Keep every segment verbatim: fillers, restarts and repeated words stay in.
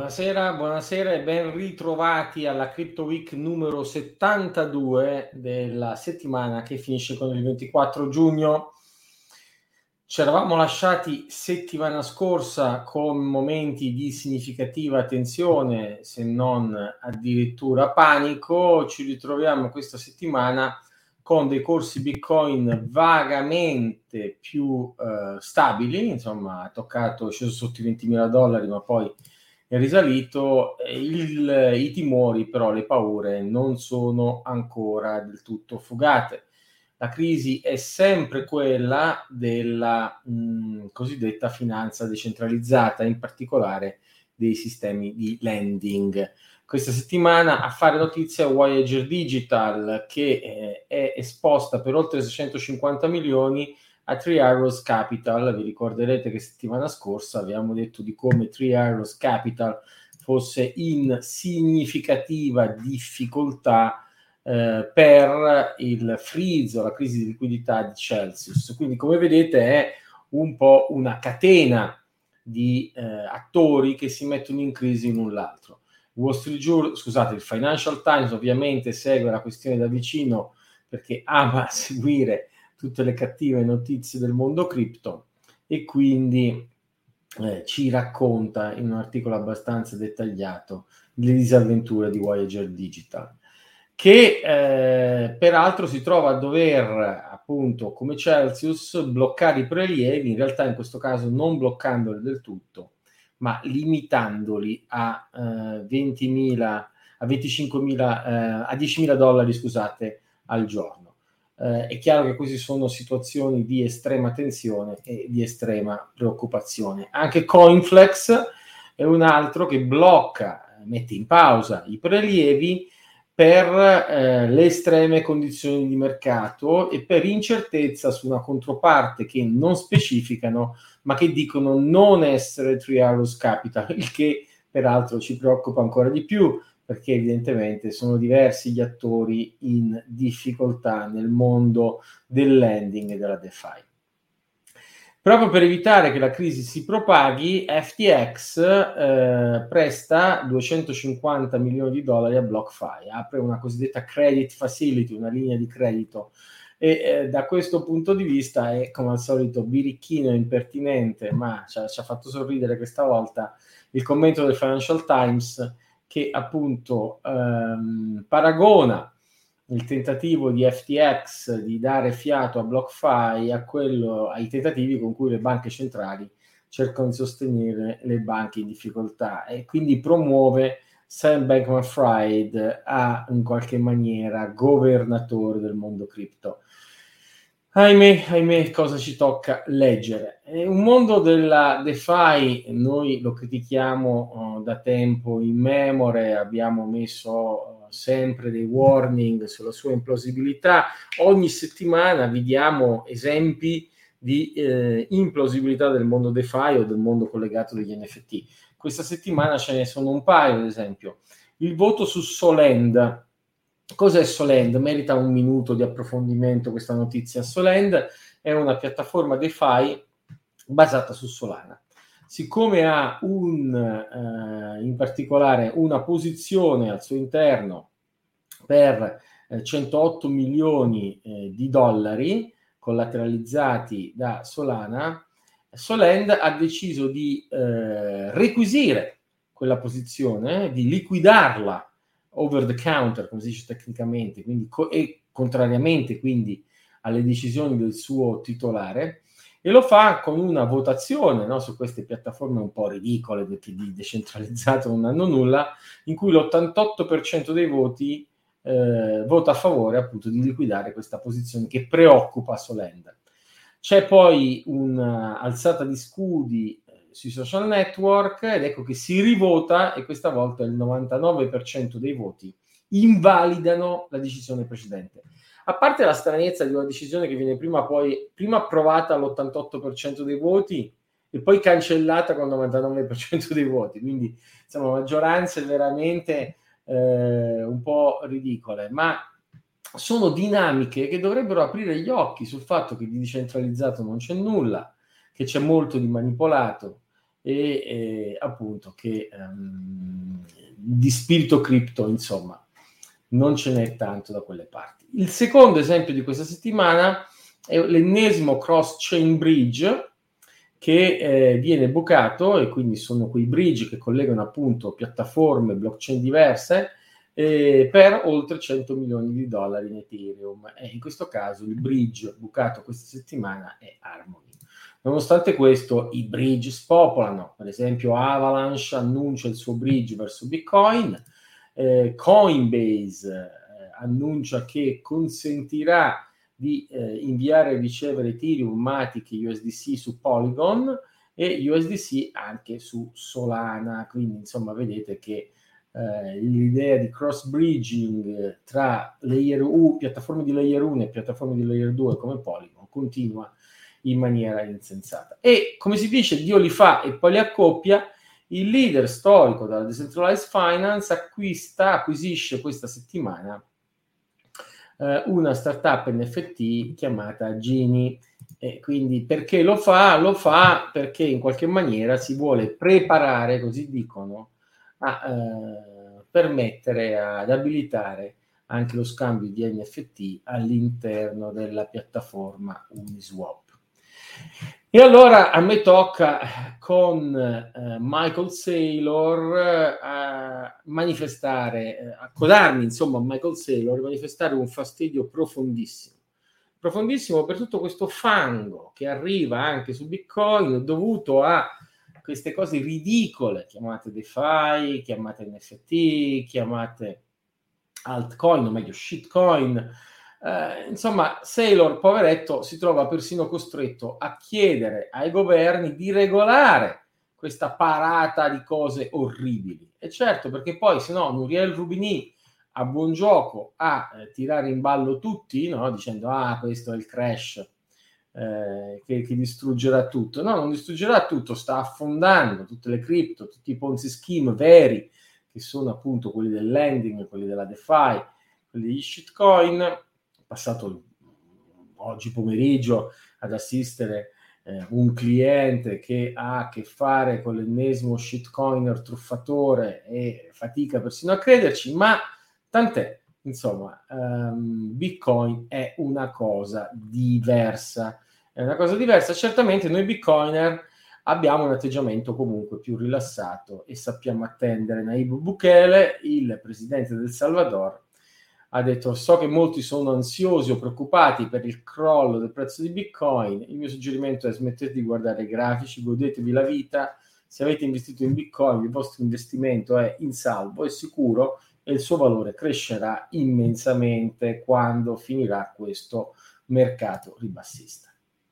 Buonasera, buonasera e ben ritrovati alla Crypto Week numero settantadue della settimana che finisce con il ventiquattro giugno. Ci eravamo lasciati settimana scorsa con momenti di significativa tensione, se non addirittura panico. Ci ritroviamo questa settimana con dei corsi Bitcoin vagamente più eh, stabili, insomma ha toccato, è sceso sotto i ventimila dollari, ma poi è risalito. Il, i timori, però le paure non sono ancora del tutto fugate. La crisi è sempre quella della mh, cosiddetta finanza decentralizzata, in particolare dei sistemi di lending. Questa settimana a fare notizia Voyager Digital, che eh, è esposta per oltre seicentocinquanta milioni a Three Arrows Capital. Vi ricorderete che settimana scorsa abbiamo detto di come Three Arrows Capital fosse in significativa difficoltà eh, per il freeze o la crisi di liquidità di Celsius. Quindi, come vedete, è un po' una catena di eh, attori che si mettono in crisi l'un l'altro. Wall Street Journal, scusate, il Financial Times ovviamente segue la questione da vicino perché ama seguire tutte le cattive notizie del mondo cripto e quindi eh, ci racconta in un articolo abbastanza dettagliato le disavventure di Voyager Digital, che eh, peraltro si trova a dover, appunto, come Celsius, bloccare i prelievi, in realtà in questo caso non bloccandoli del tutto, ma limitandoli a eh, ventimila, a venticinquemila, eh, a diecimila dollari, scusate, al giorno. Eh, è chiaro che queste sono situazioni di estrema tensione e di estrema preoccupazione. Anche Coinflex è un altro che blocca, mette in pausa i prelievi per eh, le estreme condizioni di mercato e per incertezza su una controparte che non specificano, ma che dicono non essere Three Arrows Capital, il che peraltro ci preoccupa ancora di più, perché evidentemente sono diversi gli attori in difficoltà nel mondo del lending e della DeFi. Proprio per evitare che la crisi si propaghi, F T X eh, presta duecentocinquanta milioni di dollari a BlockFi, apre una cosiddetta credit facility, una linea di credito, e eh, da questo punto di vista è, come al solito, birichino e impertinente, ma ci ha, ci ha fatto sorridere questa volta il commento del Financial Times, che appunto ehm, paragona il tentativo di F T X di dare fiato a BlockFi a quello, ai tentativi con cui le banche centrali cercano di sostenere le banche in difficoltà, e quindi promuove Sam Bankman-Fried a, in qualche maniera, governatore del mondo cripto. Ahimè, ahimè, cosa ci tocca leggere? È un mondo della DeFi, noi lo critichiamo uh, da tempo immemore, abbiamo messo uh, sempre dei warning sulla sua implausibilità. Ogni settimana vediamo esempi di eh, implausibilità del mondo DeFi o del mondo collegato degli N F T. Questa settimana ce ne sono un paio, ad esempio. Il voto su Solend. Cos'è Solend? Merita un minuto di approfondimento questa notizia. Solend è una piattaforma DeFi basata su Solana. Siccome ha un, eh, in particolare una posizione al suo interno per eh, centootto milioni eh, di dollari collateralizzati da Solana, Solend ha deciso di eh, requisire quella posizione, di liquidarla over the counter, come si dice tecnicamente, quindi co- e contrariamente quindi alle decisioni del suo titolare, e lo fa con una votazione, no, su queste piattaforme un po' ridicole, perché di decentralizzato non hanno nulla, in cui l'ottantotto per cento dei voti eh, vota a favore appunto di liquidare questa posizione che preoccupa Solend. C'è poi un'alzata di scudi sui social network ed ecco che si rivota, e questa volta il novantanove per cento dei voti invalidano la decisione precedente. A parte la stranezza di una decisione che viene prima poi prima approvata all'ottantotto per cento dei voti e poi cancellata con il novantanove per cento dei voti, quindi insomma maggioranze veramente eh, un po' ridicole, ma sono dinamiche che dovrebbero aprire gli occhi sul fatto che di decentralizzato non c'è nulla, che c'è molto di manipolato e eh, appunto che um, di spirito cripto, insomma, non ce n'è tanto da quelle parti. Il secondo esempio di questa settimana è l'ennesimo cross-chain bridge che eh, viene bucato, e quindi sono quei bridge che collegano appunto piattaforme blockchain diverse eh, per oltre cento milioni di dollari in Ethereum. E in questo caso il bridge bucato questa settimana è Harmony. Nonostante questo, i bridge spopolano. Per esempio Avalanche annuncia il suo bridge verso Bitcoin, eh, Coinbase eh, annuncia che consentirà di eh, inviare e ricevere Ethereum, Matic e U S D C su Polygon e U S D C anche su Solana. Quindi insomma vedete che eh, l'idea di cross bridging tra layer U, piattaforme di layer uno e piattaforme di layer due come Polygon continua in maniera insensata. E come si dice, Dio li fa e poi li accoppia. Il leader storico della decentralized finance acquista, acquisisce questa settimana eh, una startup N F T chiamata Genie. E quindi perché lo fa? Lo fa perché in qualche maniera si vuole preparare, così dicono, a eh, permettere, ad abilitare anche lo scambio di N F T all'interno della piattaforma Uniswap. E allora a me tocca con eh, Michael Saylor eh, manifestare, eh, accodarmi insomma a Michael Saylor, manifestare un fastidio profondissimo, profondissimo per tutto questo fango che arriva anche su Bitcoin dovuto a queste cose ridicole, chiamate DeFi, chiamate N F T, chiamate altcoin, o meglio shitcoin. Eh, insomma, Saylor, poveretto, si trova persino costretto a chiedere ai governi di regolare questa parata di cose orribili. E certo, perché poi se no Nouriel Roubini ha buon gioco a eh, tirare in ballo tutti, no? Dicendo ah, questo è il crash eh, che, che distruggerà tutto. No, non distruggerà tutto, sta affondando tutte le cripto, tutti i Ponzi scheme veri, che sono appunto quelli del lending, quelli della DeFi, quelli degli shitcoin. Ho passato oggi pomeriggio ad assistere eh, un cliente che ha a che fare con l'ennesimo shitcoiner truffatore e fatica persino a crederci, ma tant'è. Insomma, um, Bitcoin è una cosa diversa. È una cosa diversa. Certamente noi Bitcoiner abbiamo un atteggiamento comunque più rilassato e sappiamo attendere. Nayib Bukele, il presidente del Salvador, ha detto: so che molti sono ansiosi o preoccupati per il crollo del prezzo di Bitcoin. Il mio suggerimento è: smettete di guardare i grafici, godetevi la vita. Se avete investito in Bitcoin, il vostro investimento è in salvo, è sicuro e il suo valore crescerà immensamente quando finirà questo mercato ribassista.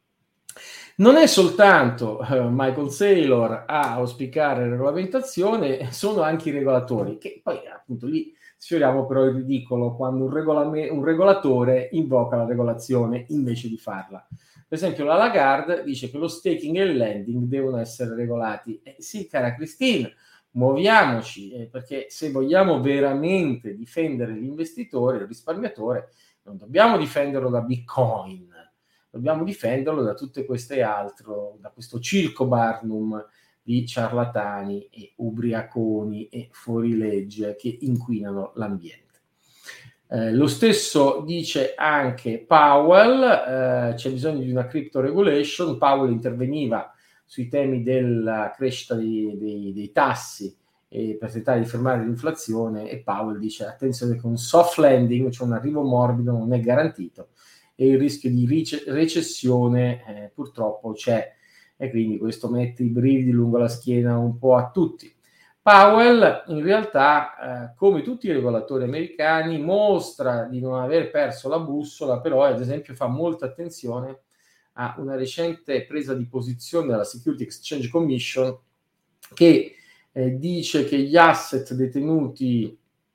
Non è soltanto uh, Michael Saylor a auspicare la regolamentazione, sono anche i regolatori, che poi appunto lì sfioriamo però il ridicolo quando un, regolame- un regolatore invoca la regolazione invece di farla. Per esempio la Lagarde dice che lo staking e il lending devono essere regolati. Eh, sì, cara Christine, muoviamoci, eh, perché se vogliamo veramente difendere l'investitore, il risparmiatore, non dobbiamo difenderlo da Bitcoin, dobbiamo difenderlo da tutte queste altre, da questo circo Barnum di ciarlatani e ubriaconi e fuorilegge che inquinano l'ambiente. Eh, lo stesso dice anche Powell, eh, c'è bisogno di una crypto regulation. Powell interveniva sui temi della crescita dei, dei, dei tassi e per tentare di fermare l'inflazione, e Powell dice attenzione che un soft landing, cioè un arrivo morbido, non è garantito e il rischio di rice- recessione eh, purtroppo c'è, e quindi questo mette i brividi lungo la schiena un po' a tutti. Powell in realtà, eh, come tutti i regolatori americani, mostra di non aver perso la bussola, però ad esempio fa molta attenzione a una recente presa di posizione della Security Exchange Commission che eh, dice che gli asset detenuti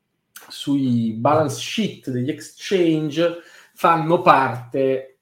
sui balance sheet degli exchange fanno parte,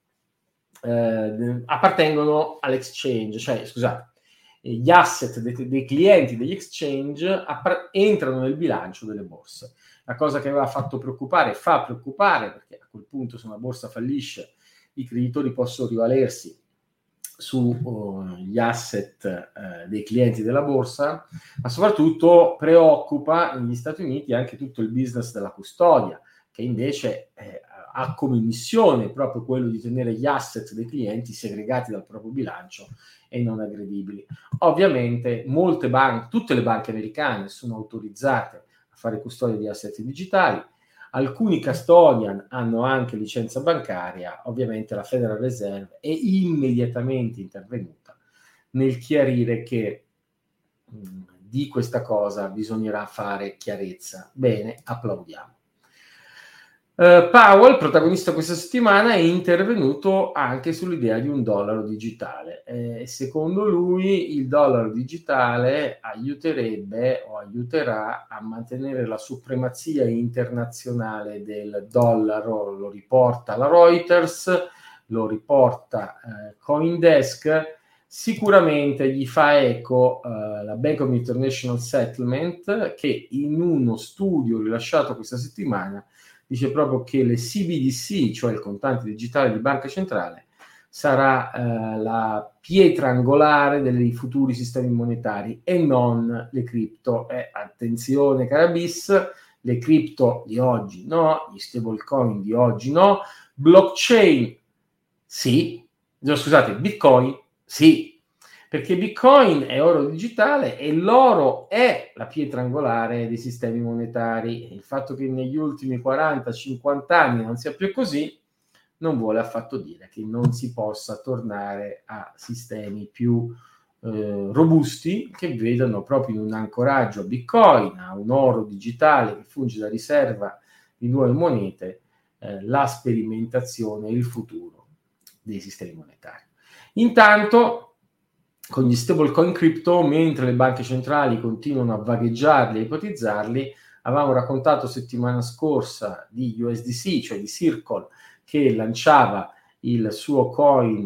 eh, appartengono all'exchange, cioè scusate, gli asset dei, dei clienti degli exchange appar- entrano nel bilancio delle borse. La cosa che aveva fatto preoccupare, fa preoccupare, perché a quel punto se una borsa fallisce i creditori possono rivalersi sugli asset eh, dei clienti della borsa, ma soprattutto preoccupa negli Stati Uniti anche tutto il business della custodia, che invece eh, ha come missione proprio quello di tenere gli asset dei clienti segregati dal proprio bilancio e non aggredibili. Ovviamente molte banche, tutte le banche americane sono autorizzate a fare custodia di asset digitali. Alcuni custodian hanno anche licenza bancaria. Ovviamente la Federal Reserve è immediatamente intervenuta nel chiarire che mh, di questa cosa bisognerà fare chiarezza. Bene, applaudiamo. Uh, Powell, protagonista questa settimana, è intervenuto anche sull'idea di un dollaro digitale. Eh, secondo lui il dollaro digitale aiuterebbe o aiuterà a mantenere la supremazia internazionale del dollaro, lo riporta la Reuters, lo riporta eh, CoinDesk. Sicuramente gli fa eco eh, la Bank of International Settlement, che in uno studio rilasciato questa settimana dice proprio che le C B D C, cioè il contante digitale di banca centrale, sarà eh, la pietra angolare dei futuri sistemi monetari e non le cripto. Eh, attenzione carabis, le cripto di oggi no, gli stablecoin di oggi no, blockchain sì, no, scusate, bitcoin sì, perché Bitcoin è oro digitale e l'oro è la pietra angolare dei sistemi monetari. Il fatto che negli ultimi quaranta cinquanta anni non sia più così non vuole affatto dire che non si possa tornare a sistemi più eh, robusti, che vedano proprio in un ancoraggio a Bitcoin, a un oro digitale che funge da riserva di nuove monete, eh, la sperimentazione e il futuro dei sistemi monetari. Intanto, con gli stablecoin cripto, mentre le banche centrali continuano a vagheggiarli e ipotizzarli, avevamo raccontato settimana scorsa di U S D C, cioè di Circle, che lanciava il suo coin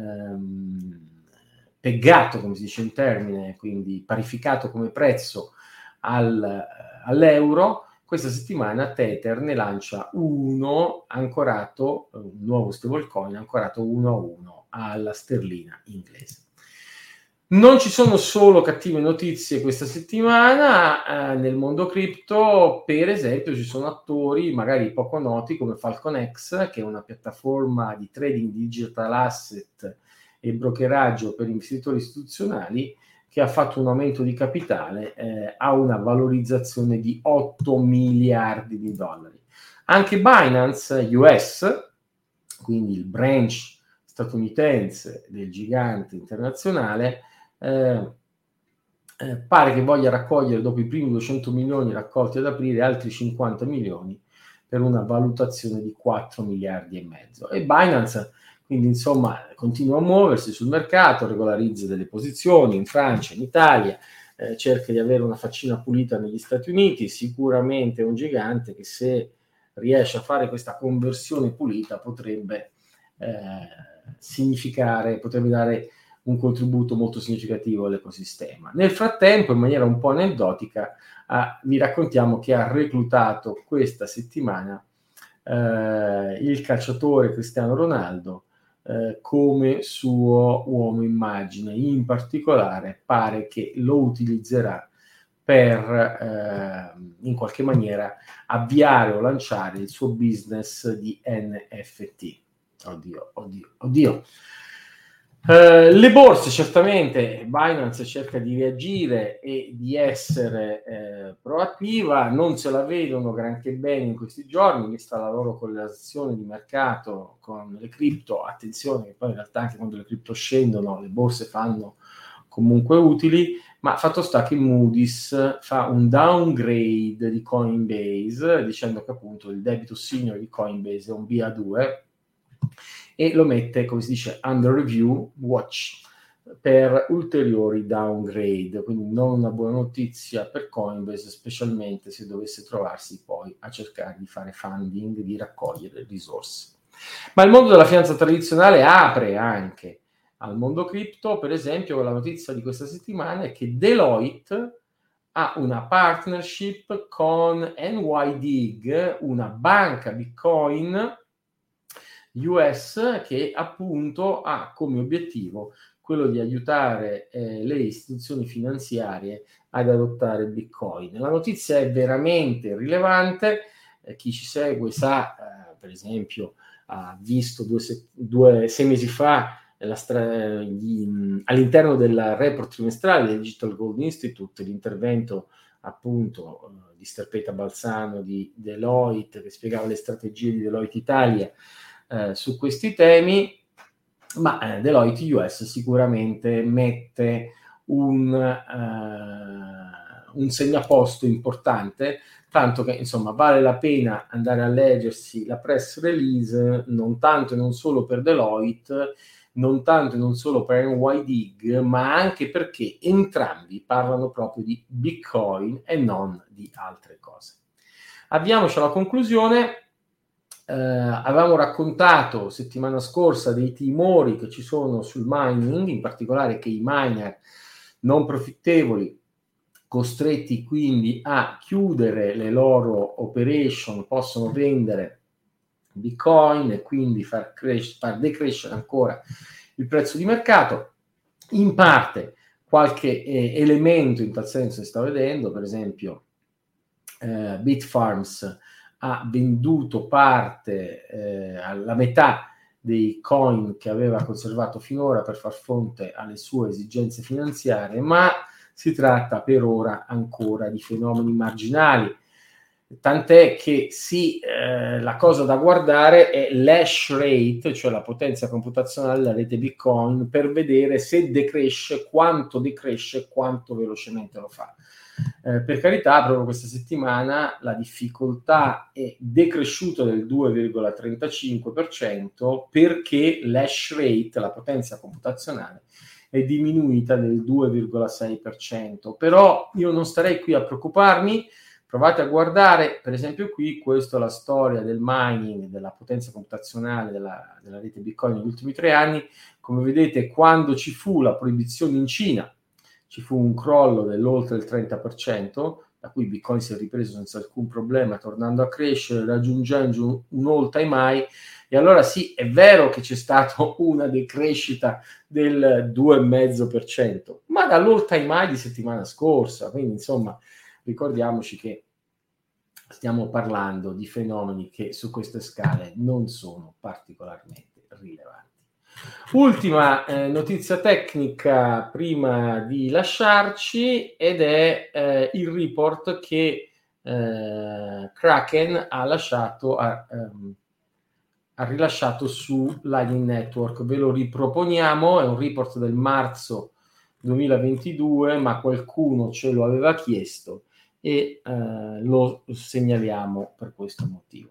ehm, peggato, come si dice in termine, quindi parificato come prezzo al, all'euro. Questa settimana Tether ne lancia uno ancorato, un nuovo stablecoin ancorato uno a uno alla sterlina inglese. Non ci sono solo cattive notizie questa settimana eh, nel mondo cripto. Per esempio ci sono attori magari poco noti come FalconX, che è una piattaforma di trading digital asset e brokeraggio per investitori istituzionali, che ha fatto un aumento di capitale eh, a una valorizzazione di otto miliardi di dollari. Anche Binance U S, quindi il branch statunitense del gigante internazionale, Eh, eh, pare che voglia raccogliere dopo i primi duecento milioni raccolti ad aprile altri cinquanta milioni per una valutazione di quattro miliardi e mezzo. E Binance quindi insomma continua a muoversi sul mercato, regolarizza delle posizioni in Francia, in Italia, eh, cerca di avere una faccina pulita negli Stati Uniti. Sicuramente è un gigante che, se riesce a fare questa conversione pulita, potrebbe eh, significare, potrebbe dare un contributo molto significativo all'ecosistema. Nel frattempo, in maniera un po' aneddotica, ah, vi raccontiamo che ha reclutato questa settimana eh, il calciatore Cristiano Ronaldo eh, come suo uomo immagine. In particolare pare che lo utilizzerà per eh, in qualche maniera avviare o lanciare il suo business di N F T. Oddio, oddio, oddio. Uh, le borse, certamente Binance cerca di reagire e di essere eh, proattiva, non se la vedono granché bene in questi giorni, vista la loro correlazione di mercato con le cripto. Attenzione che poi in realtà anche quando le cripto scendono le borse fanno comunque utili, ma fatto sta che Moody's fa un downgrade di Coinbase dicendo che appunto il debito senior di Coinbase è un B A due e lo mette, come si dice, under review watch per ulteriori downgrade. Quindi non una buona notizia per Coinbase, specialmente se dovesse trovarsi poi a cercare di fare funding, di raccogliere risorse. Ma il mondo della finanza tradizionale apre anche al mondo cripto. Per esempio, la notizia di questa settimana è che Deloitte ha una partnership con N Y D I G, una banca Bitcoin U S, che appunto ha come obiettivo quello di aiutare eh, le istituzioni finanziarie ad adottare Bitcoin. La notizia è veramente rilevante, eh, chi ci segue sa, eh, per esempio, ha visto due, se- due sei mesi fa la stra- gli, all'interno del report trimestrale del Digital Gold Institute l'intervento appunto eh, di Sterpeta Balzano di Deloitte, che spiegava le strategie di Deloitte Italia eh, su questi temi, ma eh, Deloitte U S sicuramente mette un, eh, un segnaposto importante, tanto che insomma vale la pena andare a leggersi la press release, non tanto e non solo per Deloitte, non tanto e non solo per N Y D I G, ma anche perché entrambi parlano proprio di Bitcoin e non di altre cose. Avviamoci alla conclusione. Eh, avevamo raccontato settimana scorsa dei timori che ci sono sul mining, in particolare che i miner non profittevoli, costretti quindi a chiudere le loro operation, possono vendere Bitcoin e quindi far, cres- far decrescere ancora il prezzo di mercato. In parte qualche eh, elemento in tal senso si sta vedendo, per esempio eh, Bitfarms ha venduto parte, eh, alla metà dei coin che aveva conservato finora per far fronte alle sue esigenze finanziarie, ma si tratta per ora ancora di fenomeni marginali. Tant'è che sì, eh, la cosa da guardare è l'hash rate, cioè la potenza computazionale della rete Bitcoin, per vedere se decresce, quanto decresce, quanto velocemente lo fa. Eh, per carità, proprio questa settimana la difficoltà è decresciuta del due virgola trentacinque per cento perché l'hash rate, la potenza computazionale, è diminuita del due virgola sei per cento. Però io non starei qui a preoccuparmi. Provate a guardare, per esempio qui, questa è la storia del mining, della potenza computazionale della, della rete Bitcoin negli ultimi tre anni. Come vedete, quando ci fu la proibizione in Cina, ci fu un crollo dell'oltre il trenta per cento, da cui Bitcoin si è ripreso senza alcun problema, tornando a crescere, raggiungendo un all-time high. E allora sì, è vero che c'è stata una decrescita del due virgola cinque per cento, ma dall'all-time high di settimana scorsa, quindi insomma ricordiamoci che stiamo parlando di fenomeni che su queste scale non sono particolarmente rilevanti. Ultima eh, notizia tecnica prima di lasciarci, ed è eh, il report che eh, Kraken ha lasciato a, ehm, ha rilasciato su Lightning Network. Ve lo riproponiamo, è un report del marzo duemilaventidue, ma qualcuno ce lo aveva chiesto e eh, lo segnaliamo per questo motivo.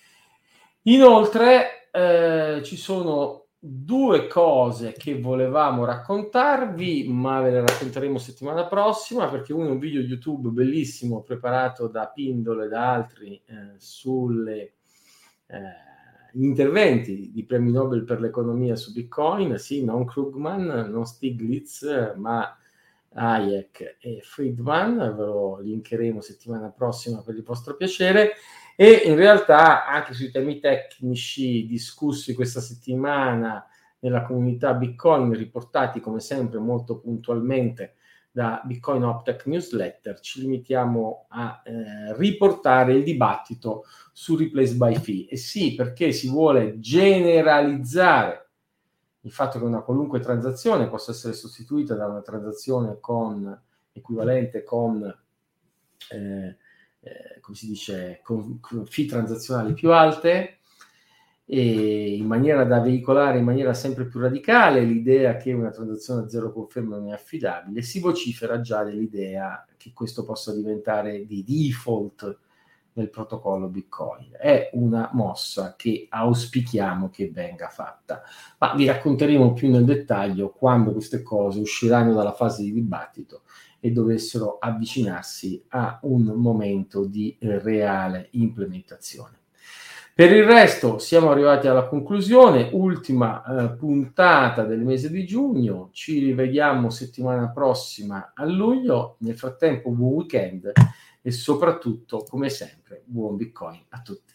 Inoltre eh, ci sono due cose che volevamo raccontarvi, ma ve le racconteremo settimana prossima, perché uno è un video YouTube bellissimo preparato da Pindolo e da altri eh, sulle eh, gli interventi di premi Nobel per l'economia su Bitcoin, sì, non Krugman, non Stiglitz, ma Hayek e Friedman. Ve lo linkeremo settimana prossima per il vostro piacere. E in realtà anche sui temi tecnici discussi questa settimana nella comunità Bitcoin, riportati come sempre molto puntualmente da Bitcoin Optech Newsletter, ci limitiamo a eh, riportare il dibattito su Replace by Fee. E sì, perché si vuole generalizzare il fatto che una qualunque transazione possa essere sostituita da una transazione con equivalente con eh, eh, come si dice, con, con fee transazionali più alte, e in maniera da veicolare in maniera sempre più radicale l'idea che una transazione a zero conferma non è affidabile. Si vocifera già dell'idea che questo possa diventare di default nel protocollo Bitcoin. È una mossa che auspichiamo che venga fatta, ma vi racconteremo più nel dettaglio quando queste cose usciranno dalla fase di dibattito e dovessero avvicinarsi a un momento di eh, reale implementazione. Per il resto siamo arrivati alla conclusione, ultima eh, puntata del mese di giugno, ci rivediamo settimana prossima a luglio. Nel frattempo buon weekend e soprattutto, come sempre, buon Bitcoin a tutti.